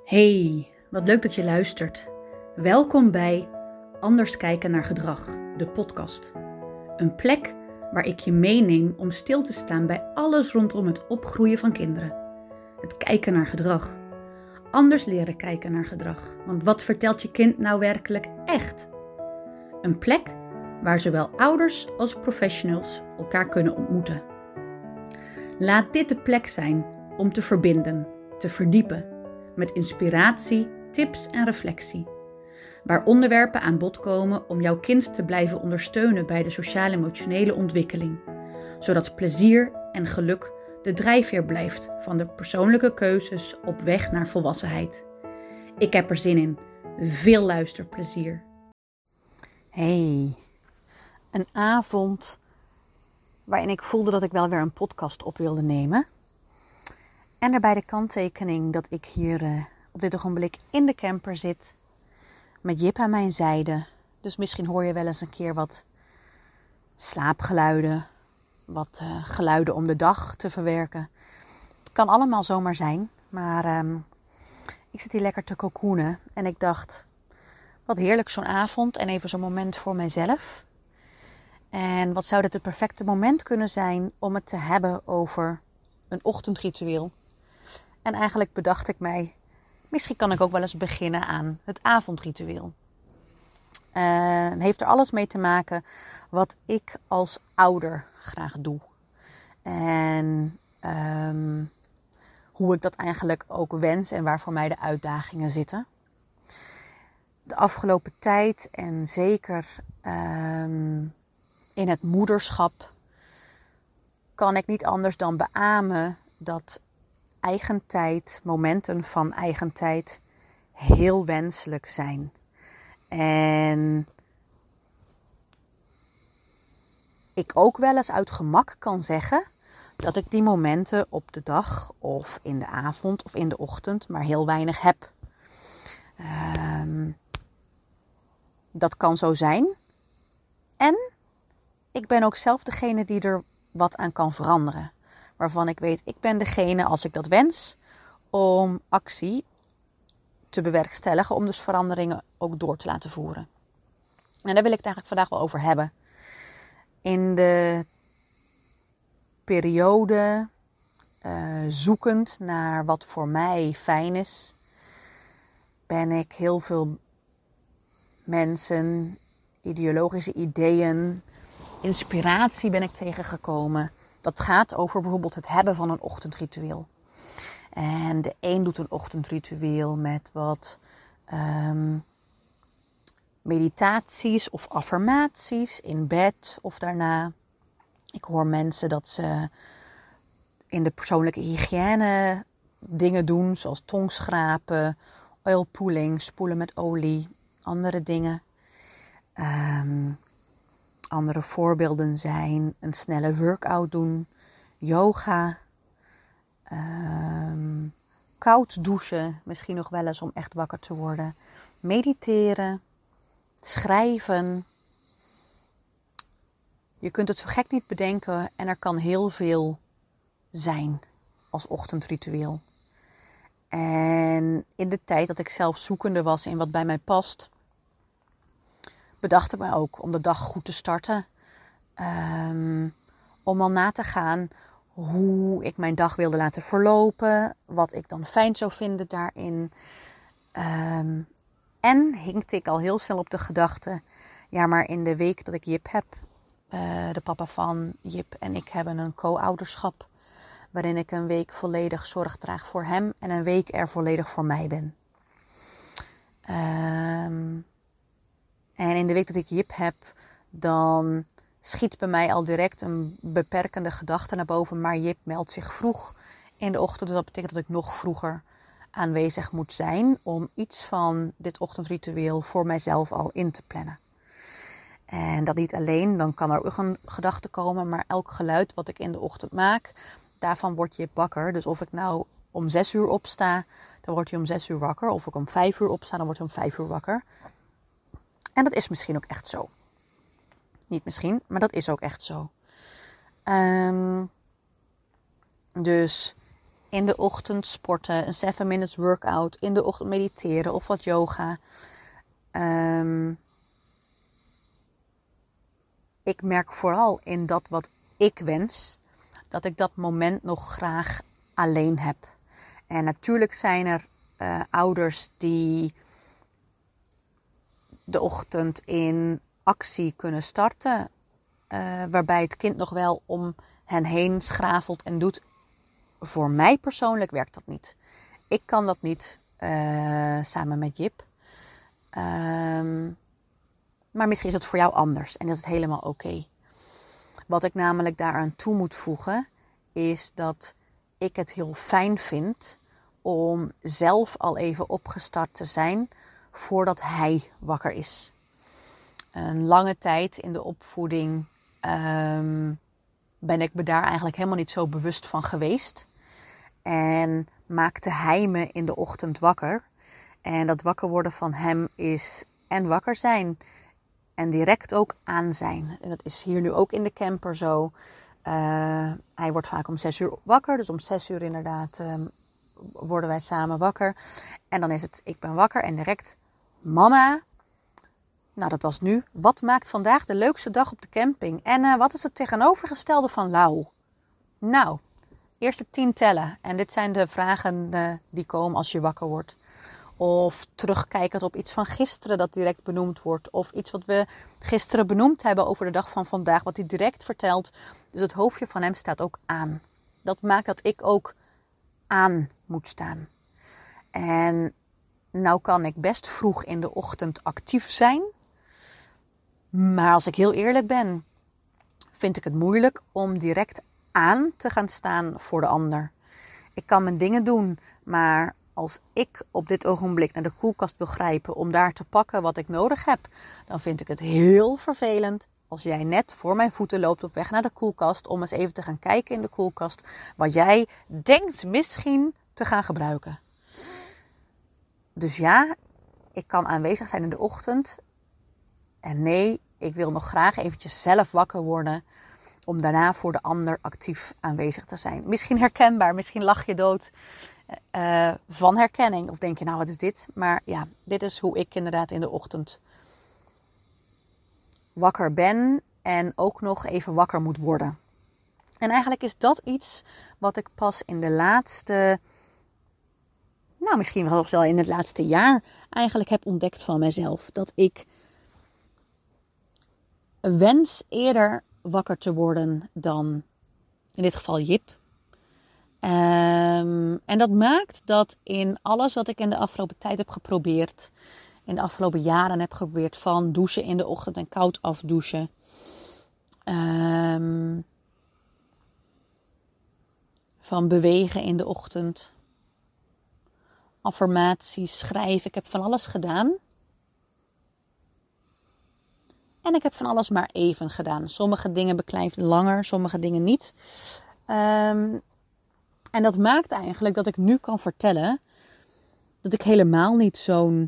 Hey, wat leuk dat je luistert. Welkom bij Anders kijken naar gedrag, de podcast. Een plek waar ik je meeneem om stil te staan bij alles rondom het opgroeien van kinderen. Het kijken naar gedrag. Anders leren kijken naar gedrag. Want wat vertelt je kind nou werkelijk echt? Een plek waar zowel ouders als professionals elkaar kunnen ontmoeten. Laat dit de plek zijn om te verbinden, te verdiepen. Met inspiratie, tips en reflectie. Waar onderwerpen aan bod komen om jouw kind te blijven ondersteunen bij de sociaal-emotionele ontwikkeling. Zodat plezier en geluk de drijfveer blijft van de persoonlijke keuzes op weg naar volwassenheid. Ik heb er zin in. Veel luisterplezier. Hey, een avond waarin ik voelde dat ik wel weer een podcast op wilde nemen. En daarbij de kanttekening dat ik hier op dit ogenblik in de camper zit. Met Jip aan mijn zijde. Dus misschien hoor je wel eens een keer wat slaapgeluiden. Wat geluiden om de dag te verwerken. Het kan allemaal zomaar zijn. Maar ik zit hier lekker te cocoonen. En ik dacht, wat heerlijk zo'n avond. En even zo'n moment voor mijzelf. En wat zou dit het perfecte moment kunnen zijn om het te hebben over een ochtendritueel. En eigenlijk bedacht ik mij, misschien kan ik ook wel eens beginnen aan het avondritueel. Het heeft er alles mee te maken wat ik als ouder graag doe. En hoe ik dat eigenlijk ook wens en waar voor mij de uitdagingen zitten. De afgelopen tijd en zeker in het moederschap kan ik niet anders dan beamen dat eigentijd, momenten van eigentijd heel wenselijk zijn. En ik ook wel eens uit gemak kan zeggen dat ik die momenten op de dag of in de avond of in de ochtend maar heel weinig heb. Dat kan zo zijn. En ik ben ook zelf degene die er wat aan kan veranderen. Waarvan ik weet, ik ben degene, als ik dat wens, om actie te bewerkstelligen. Om dus veranderingen ook door te laten voeren. En daar wil ik het eigenlijk vandaag wel over hebben. In de periode zoekend naar wat voor mij fijn is, ben ik heel veel mensen, ideologische ideeën, inspiratie ben ik tegengekomen. Dat gaat over bijvoorbeeld het hebben van een ochtendritueel. En de een doet een ochtendritueel met wat meditaties of affirmaties in bed of daarna. Ik hoor mensen dat ze in de persoonlijke hygiëne dingen doen, zoals tongschrapen, oil pulling, spoelen met olie, andere dingen. Andere voorbeelden zijn een snelle workout doen, yoga, koud douchen, misschien nog wel eens om echt wakker te worden, mediteren, schrijven. Je kunt het zo gek niet bedenken en er kan heel veel zijn als ochtendritueel. En in de tijd dat ik zelf zoekende was in wat bij mij past, bedacht ik me ook om de dag goed te starten. Om al na te gaan hoe ik mijn dag wilde laten verlopen. Wat ik dan fijn zou vinden daarin. En hinkte ik al heel snel op de gedachte. Ja, maar in de week dat ik Jip heb. De papa van Jip en ik hebben een co-ouderschap. Waarin ik een week volledig zorg draag voor hem. En een week er volledig voor mij ben. En in de week dat ik Jip heb, dan schiet bij mij al direct een beperkende gedachte naar boven. Maar Jip meldt zich vroeg in de ochtend. Dus dat betekent dat ik nog vroeger aanwezig moet zijn om iets van dit ochtendritueel voor mijzelf al in te plannen. En dat niet alleen, dan kan er ook een gedachte komen. Maar elk geluid wat ik in de ochtend maak, daarvan wordt Jip wakker. Dus of ik nou om 6 uur opsta, dan wordt hij om 6 uur wakker. Of ik om 5 uur opsta, dan wordt hij om 5 uur wakker. En dat is misschien ook echt zo. Niet misschien, maar dat is ook echt zo. Dus in de ochtend sporten, een 7 minutes workout, in de ochtend mediteren of wat yoga. Ik merk vooral in dat wat ik wens, dat ik dat moment nog graag alleen heb. En natuurlijk zijn er ouders die de ochtend in actie kunnen starten. Waarbij het kind nog wel om hen heen schravelt en doet. Voor mij persoonlijk werkt dat niet. Ik kan dat niet samen met Jip. Maar misschien is het voor jou anders en is het helemaal oké. Wat ik namelijk daaraan toe moet voegen, is dat ik het heel fijn vind om zelf al even opgestart te zijn voordat hij wakker is. Een lange tijd in de opvoeding ben ik me daar eigenlijk helemaal niet zo bewust van geweest. En maakte hij me in de ochtend wakker. En dat wakker worden van hem is en wakker zijn en direct ook aan zijn. En dat is hier nu ook in de camper zo. Hij wordt vaak om 6 uur wakker. Dus om 6 uur inderdaad worden wij samen wakker. En dan is het, ik ben wakker en direct, mama. Nou, dat was nu. Wat maakt vandaag de leukste dag op de camping? En wat is het tegenovergestelde van lauw? Nou, eerste 10 tellen. En dit zijn de vragen die komen als je wakker wordt. Of terugkijkend op iets van gisteren dat direct benoemd wordt. Of iets wat we gisteren benoemd hebben over de dag van vandaag. Wat hij direct vertelt. Dus het hoofdje van hem staat ook aan. Dat maakt dat ik ook aan moet staan. En nou kan ik best vroeg in de ochtend actief zijn. Maar als ik heel eerlijk ben, vind ik het moeilijk om direct aan te gaan staan voor de ander. Ik kan mijn dingen doen, maar als ik op dit ogenblik naar de koelkast wil grijpen om daar te pakken wat ik nodig heb, dan vind ik het heel vervelend als jij net voor mijn voeten loopt op weg naar de koelkast om eens even te gaan kijken in de koelkast wat jij denkt misschien te gaan gebruiken. Dus ja, ik kan aanwezig zijn in de ochtend. En nee, ik wil nog graag eventjes zelf wakker worden om daarna voor de ander actief aanwezig te zijn. Misschien herkenbaar, misschien lach je dood van herkenning. Of denk je, nou wat is dit? Maar ja, dit is hoe ik inderdaad in de ochtend wakker ben en ook nog even wakker moet worden. En eigenlijk is dat iets wat ik pas in de laatste, nou misschien wel in het laatste jaar eigenlijk heb ontdekt van mezelf. Dat ik wens eerder wakker te worden dan in dit geval Jip. En dat maakt dat in alles wat ik in de afgelopen tijd heb geprobeerd, in de afgelopen jaren heb geprobeerd, van douchen in de ochtend en koud afdouchen, van bewegen in de ochtend, affirmaties, schrijven. Ik heb van alles gedaan. En ik heb van alles maar even gedaan. Sommige dingen beklijven langer, sommige dingen niet. En dat maakt eigenlijk dat ik nu kan vertellen dat ik helemaal niet zo'n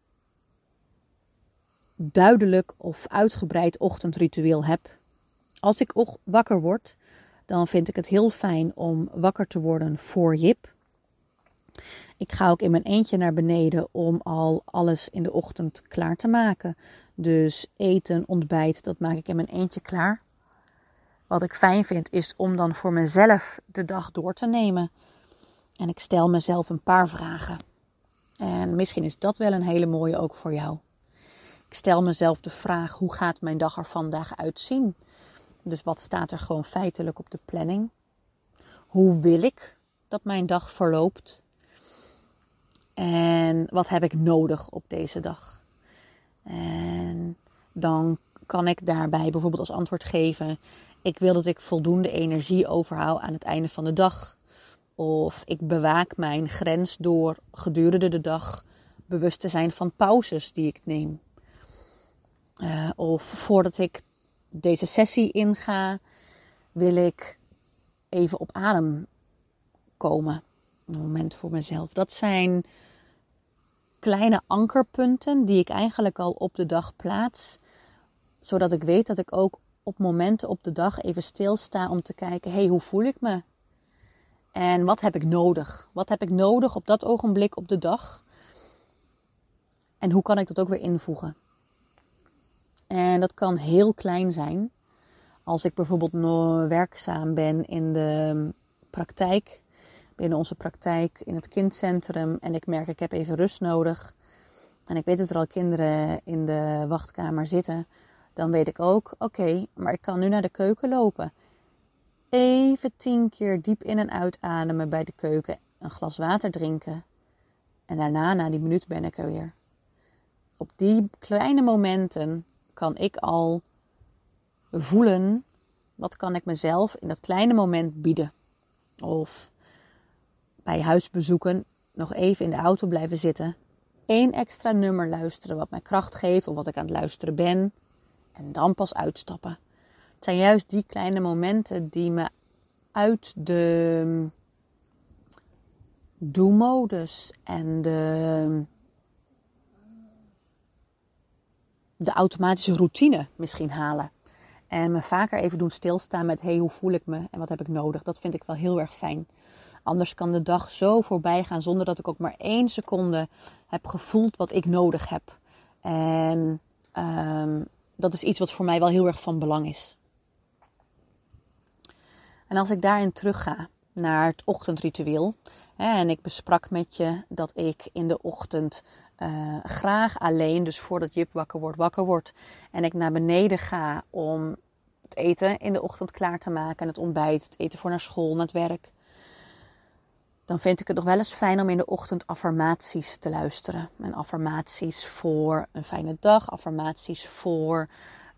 duidelijk of uitgebreid ochtendritueel heb. Als ik wakker word, dan vind ik het heel fijn om wakker te worden voor Jip. Ik ga ook in mijn eentje naar beneden om al alles in de ochtend klaar te maken. Dus eten, ontbijt, dat maak ik in mijn eentje klaar. Wat ik fijn vind is om dan voor mezelf de dag door te nemen. En ik stel mezelf een paar vragen. En misschien is dat wel een hele mooie ook voor jou. Ik stel mezelf de vraag, hoe gaat mijn dag er vandaag uitzien? Dus wat staat er gewoon feitelijk op de planning? Hoe wil ik dat mijn dag verloopt? En wat heb ik nodig op deze dag? En dan kan ik daarbij bijvoorbeeld als antwoord geven: ik wil dat ik voldoende energie overhoud aan het einde van de dag. Of ik bewaak mijn grens door gedurende de dag bewust te zijn van pauzes die ik neem. Of voordat ik deze sessie inga, wil ik even op adem komen. Een moment voor mezelf. Dat zijn kleine ankerpunten die ik eigenlijk al op de dag plaats. Zodat ik weet dat ik ook op momenten op de dag even stilsta om te kijken, hey, hoe voel ik me? En wat heb ik nodig? Wat heb ik nodig op dat ogenblik op de dag? En hoe kan ik dat ook weer invoegen? En dat kan heel klein zijn. Als ik bijvoorbeeld werkzaam ben in de praktijk, binnen onze praktijk in het kindcentrum, en ik merk ik heb even rust nodig. En ik weet dat er al kinderen in de wachtkamer zitten. Dan weet ik ook, oké, maar ik kan nu naar de keuken lopen. Even 10 keer diep in en uitademen bij de keuken. Een glas water drinken. En daarna, na die minuut, ben ik er weer. Op die kleine momenten kan ik al voelen, wat kan ik mezelf in dat kleine moment bieden. Of bij huisbezoeken nog even in de auto blijven zitten. 1 extra nummer luisteren wat mij kracht geeft of wat ik aan het luisteren ben. En dan pas uitstappen. Het zijn juist die kleine momenten die me uit de do-modus en de automatische routine misschien halen. En me vaker even doen stilstaan met, hoe voel ik me en wat heb ik nodig? Dat vind ik wel heel erg fijn. Anders kan de dag zo voorbij gaan zonder dat ik ook maar 1 seconde heb gevoeld wat ik nodig heb. En dat is iets wat voor mij wel heel erg van belang is. En als ik daarin terugga naar het ochtendritueel. En ik besprak met je dat ik in de ochtend graag alleen, dus voordat Jip wakker wordt. En ik naar beneden ga om het eten in de ochtend klaar te maken. En het ontbijt, het eten voor naar school, naar het werk. Dan vind ik het nog wel eens fijn om in de ochtend affirmaties te luisteren. En affirmaties voor een fijne dag. Affirmaties voor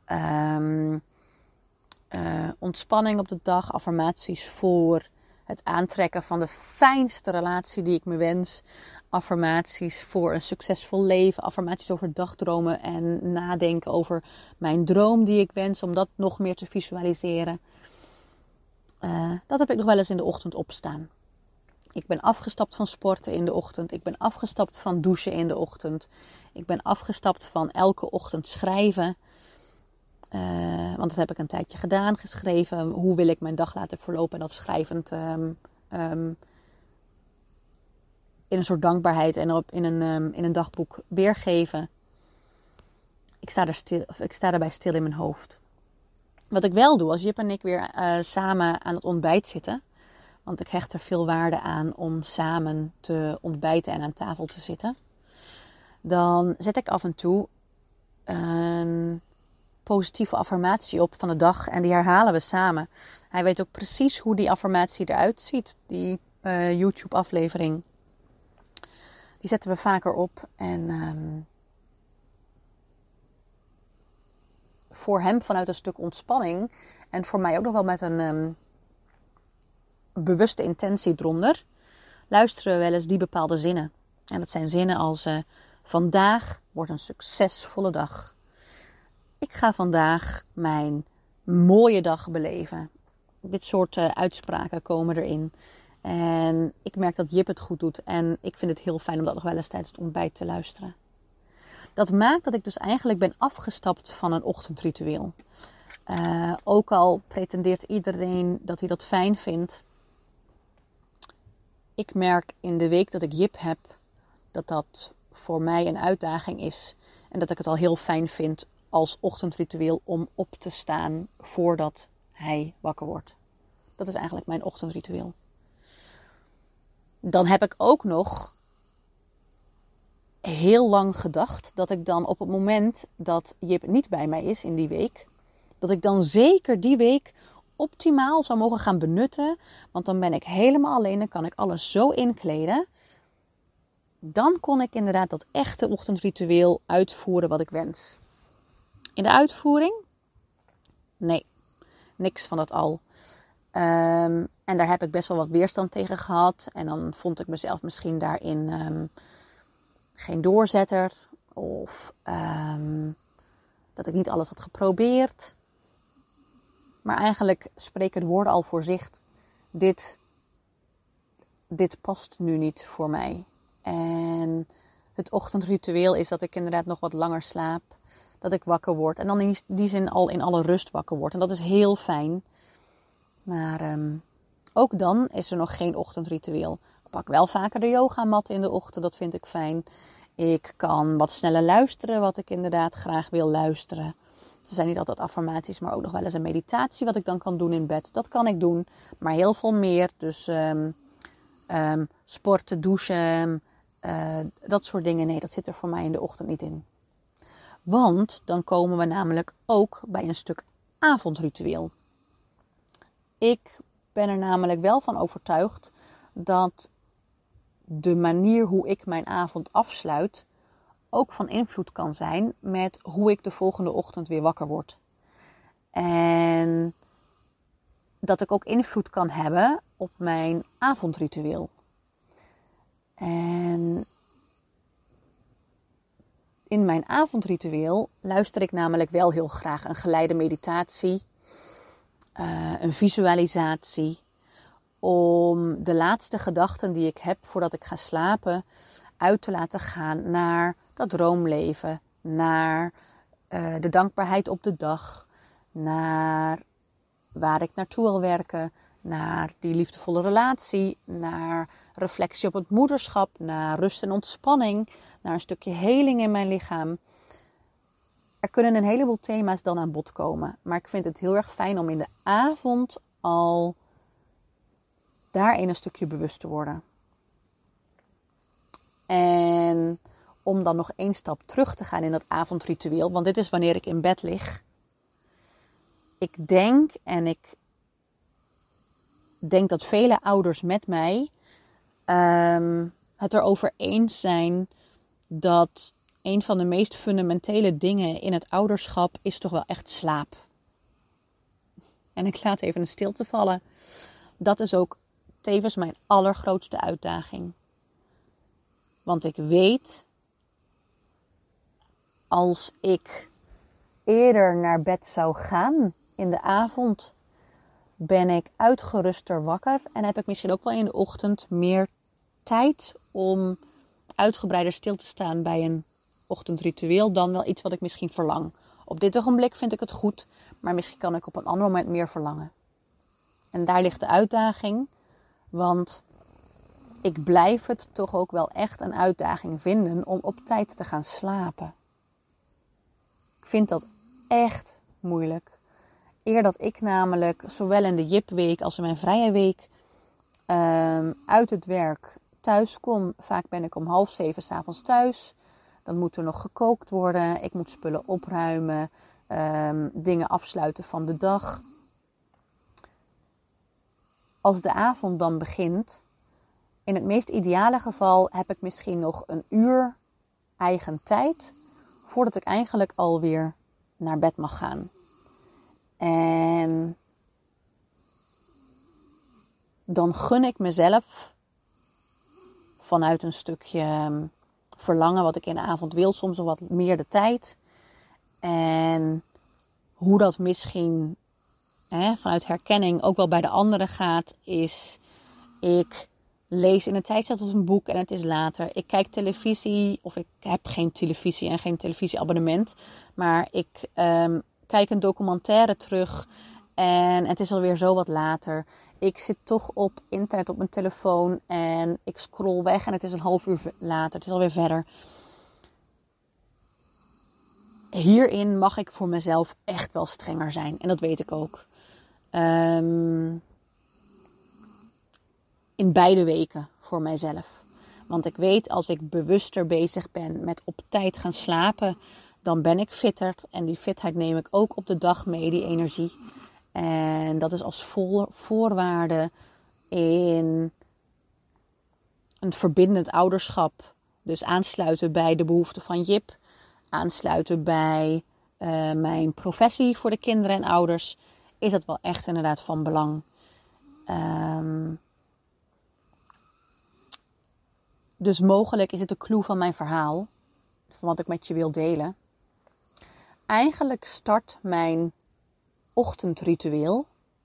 ontspanning op de dag. Affirmaties voor het aantrekken van de fijnste relatie die ik me wens. Affirmaties voor een succesvol leven. Affirmaties over dagdromen en nadenken over mijn droom die ik wens. Om dat nog meer te visualiseren. Dat heb ik nog wel eens in de ochtend opstaan. Ik ben afgestapt van sporten in de ochtend. Ik ben afgestapt van douchen in de ochtend. Ik ben afgestapt van elke ochtend schrijven. Want dat heb ik een tijdje gedaan, geschreven. Hoe wil ik mijn dag laten verlopen? En dat schrijvend in een soort dankbaarheid en in een dagboek weergeven. Ik sta daarbij stil in mijn hoofd. Wat ik wel doe, als Jip en ik weer samen aan het ontbijt zitten. Want ik hecht er veel waarde aan om samen te ontbijten en aan tafel te zitten. Dan zet ik af en toe een positieve affirmatie op van de dag. En die herhalen we samen. Hij weet ook precies hoe die affirmatie eruit ziet. Die YouTube aflevering. Die zetten we vaker op. En voor hem vanuit een stuk ontspanning. En voor mij ook nog wel met een bewuste intentie eronder. Luisteren we wel eens die bepaalde zinnen. En dat zijn zinnen als vandaag wordt een succesvolle dag. Ik ga vandaag mijn mooie dag beleven. Dit soort uitspraken komen erin. En ik merk dat Jip het goed doet. En ik vind het heel fijn om dat nog wel eens tijdens het ontbijt te luisteren. Dat maakt dat ik dus eigenlijk ben afgestapt van een ochtendritueel. Ook al pretendeert iedereen dat hij dat fijn vindt. Ik merk in de week dat ik Jip heb, dat dat voor mij een uitdaging is. En dat ik het al heel fijn vind als ochtendritueel om op te staan voordat hij wakker wordt. Dat is eigenlijk mijn ochtendritueel. Dan heb ik ook nog heel lang gedacht dat ik dan op het moment dat Jip niet bij mij is in die week, dat ik dan zeker die week optimaal zou mogen gaan benutten. Want dan ben ik helemaal alleen, dan kan ik alles zo inkleden. Dan kon ik inderdaad dat echte ochtendritueel uitvoeren wat ik wens. In de uitvoering? Nee, niks van dat al. En daar heb ik best wel wat weerstand tegen gehad. En dan vond ik mezelf misschien daarin geen doorzetter. Of dat ik niet alles had geprobeerd. Maar eigenlijk spreken de woorden al voor zich. Dit past nu niet voor mij. En het ochtendritueel is dat ik inderdaad nog wat langer slaap. Dat ik wakker word. En dan in die zin al in alle rust wakker word. En dat is heel fijn. Maar Ook dan is er nog geen ochtendritueel. Ik pak wel vaker de yogamat in de ochtend, dat vind ik fijn. Ik kan wat sneller luisteren, wat ik inderdaad graag wil luisteren. Er zijn niet altijd affirmaties, maar ook nog wel eens een meditatie wat ik dan kan doen in bed. Dat kan ik doen, maar heel veel meer. Dus sporten, douchen, dat soort dingen. Nee, dat zit er voor mij in de ochtend niet in. Want dan komen we namelijk ook bij een stuk avondritueel. Ik ben er namelijk wel van overtuigd dat de manier hoe ik mijn avond afsluit ook van invloed kan zijn met hoe ik de volgende ochtend weer wakker word. En dat ik ook invloed kan hebben op mijn avondritueel. En in mijn avondritueel luister ik namelijk wel heel graag een geleide meditatie, een visualisatie, om de laatste gedachten die ik heb voordat ik ga slapen uit te laten gaan naar dat droomleven, naar de dankbaarheid op de dag, naar waar ik naartoe wil werken, naar die liefdevolle relatie, naar reflectie op het moederschap, naar rust en ontspanning, naar een stukje heling in mijn lichaam. Er kunnen een heleboel thema's dan aan bod komen, maar ik vind het heel erg fijn om in de avond al daarin een stukje bewust te worden. En om dan nog 1 stap terug te gaan in dat avondritueel, want dit is wanneer ik in bed lig. Ik denk dat vele ouders met mij het erover eens zijn dat een van de meest fundamentele dingen in het ouderschap is toch wel echt slaap. En ik laat even een stilte vallen. Dat is ook tevens mijn allergrootste uitdaging. Want ik weet, als ik eerder naar bed zou gaan in de avond, ben ik uitgeruster wakker en heb ik misschien ook wel in de ochtend meer tijd om uitgebreider stil te staan bij een ochtendritueel dan wel iets wat ik misschien verlang. Op dit ogenblik vind ik het goed, maar misschien kan ik op een ander moment meer verlangen. En daar ligt de uitdaging, want ik blijf het toch ook wel echt een uitdaging vinden om op tijd te gaan slapen. Ik vind dat echt moeilijk. Eer dat ik namelijk zowel in de JIP-week als in mijn vrije week uit het werk thuis kom. Vaak ben ik om 6:30 's avonds thuis. Dan moet er nog gekookt worden. Ik moet spullen opruimen. Dingen afsluiten van de dag. Als de avond dan begint, in het meest ideale geval heb ik misschien nog 1 uur eigen tijd voordat ik eigenlijk alweer naar bed mag gaan. En dan gun ik mezelf vanuit een stukje verlangen wat ik in de avond wil, soms nog wat meer de tijd. En hoe dat misschien vanuit herkenning ook wel bij de anderen gaat, is ik lees in een tijdschrift of een boek en het is later. Ik kijk televisie, of ik heb geen televisie en geen televisieabonnement, maar ik kijk een documentaire terug en het is alweer zo wat later. Ik zit toch op internet op mijn telefoon en ik scroll weg en het is een half uur later. Het is alweer verder. Hierin mag ik voor mezelf echt wel strenger zijn en dat weet ik ook. In beide weken voor mijzelf. Want ik weet, als ik bewuster bezig ben met op tijd gaan slapen, dan ben ik fitter. En die fitheid neem ik ook op de dag mee, die energie. En dat is als voorwaarde in een verbindend ouderschap. Dus aansluiten bij de behoeften van JIP. Aansluiten bij mijn professie voor de kinderen en ouders. Is dat wel echt inderdaad van belang. Dus mogelijk is het de clue van mijn verhaal. Van wat ik met je wil delen. Eigenlijk start mijn ochtendritueel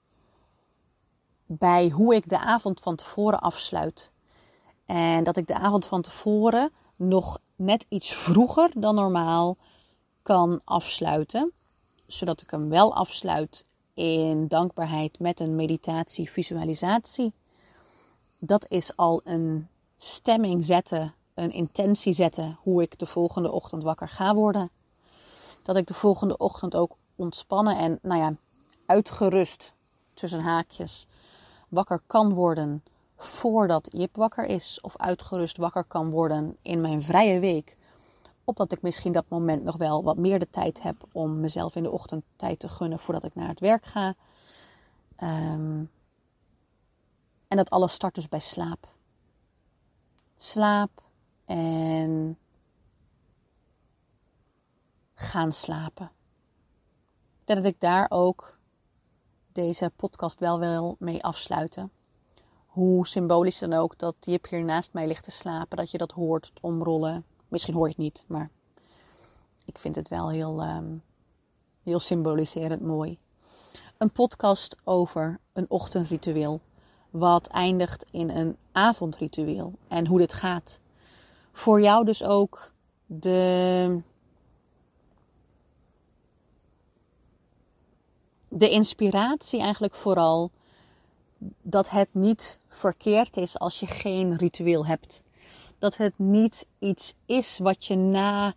bij hoe ik de avond van tevoren afsluit. En dat ik de avond van tevoren nog net iets vroeger dan normaal kan afsluiten. Zodat ik hem wel afsluit in dankbaarheid met een meditatie, visualisatie. Dat is al een stemming zetten, een intentie zetten hoe ik de volgende ochtend wakker ga worden. Dat ik de volgende ochtend ook ontspannen en uitgerust, tussen haakjes, wakker kan worden voordat Jip wakker is. Of uitgerust wakker kan worden in mijn vrije week. Opdat ik misschien dat moment nog wel wat meer de tijd heb om mezelf in de ochtend tijd te gunnen voordat ik naar het werk ga. En dat alles start dus bij slaap. Slaap en gaan slapen. Ik denk dat ik daar ook deze podcast wel wil mee afsluiten. Hoe symbolisch dan ook dat Jip hier naast mij ligt te slapen. Dat je dat hoort, het omrollen. Misschien hoor je het niet, maar ik vind het wel heel symboliserend mooi. Een podcast over een ochtendritueel. Wat eindigt in een avondritueel. En hoe dit gaat. Voor jou dus ook de inspiratie eigenlijk vooral. Dat het niet verkeerd is als je geen ritueel hebt. Dat het niet iets is wat je na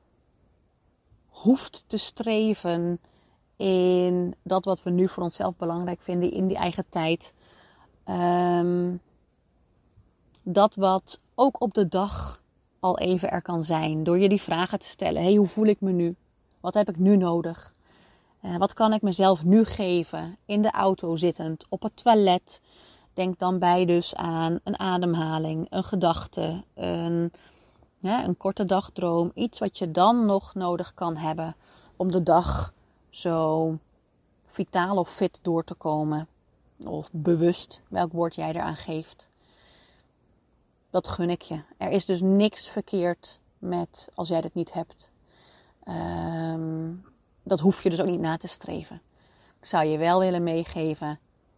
hoeft te streven in dat wat we nu voor onszelf belangrijk vinden in die eigen tijd. Dat wat ook op de dag al even er kan zijn. Door je die vragen te stellen. Hey, hoe voel ik me nu? Wat heb ik nu nodig? Wat kan ik mezelf nu geven? In de auto zittend, op het toilet. Denk dan bij dus aan een ademhaling, een gedachte, een korte dagdroom. Iets wat je dan nog nodig kan hebben om de dag zo vitaal of fit door te komen. Of bewust, welk woord jij eraan geeft. Dat gun ik je. Er is dus niks verkeerd met als jij dat niet hebt. Dat hoef je dus ook niet na te streven. Ik zou je wel willen meegeven.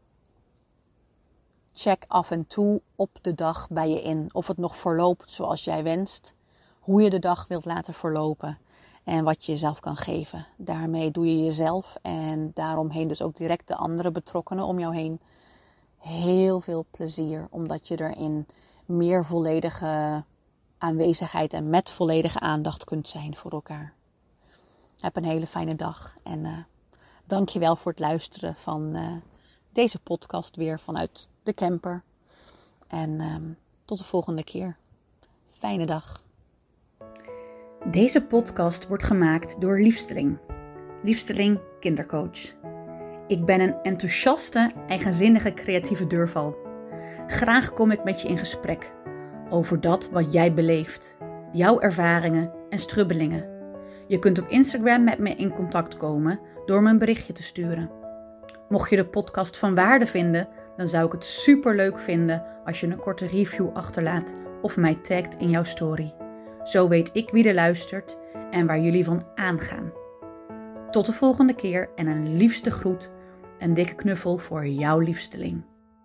Check af en toe op de dag bij je in. Of het nog verloopt zoals jij wenst. Hoe je de dag wilt laten verlopen. En wat je jezelf kan geven. Daarmee doe je jezelf en daaromheen dus ook direct de andere betrokkenen om jou heen heel veel plezier. Omdat je er in meer volledige aanwezigheid en met volledige aandacht kunt zijn voor elkaar. Heb een hele fijne dag en dank je wel voor het luisteren van deze podcast weer vanuit de camper. En tot de volgende keer. Fijne dag. Deze podcast wordt gemaakt door Liefsteling. Liefsteling kindercoach. Ik ben een enthousiaste, eigenzinnige creatieve deurval. Graag kom ik met je in gesprek over dat wat jij beleeft, jouw ervaringen en strubbelingen. Je kunt op Instagram met me in contact komen door me een berichtje te sturen. Mocht je de podcast van waarde vinden, dan zou ik het superleuk vinden als je een korte review achterlaat of mij tagt in jouw story. Zo weet ik wie er luistert en waar jullie van aangaan. Tot de volgende keer en een liefste groet, een dikke knuffel voor jouw liefsteling.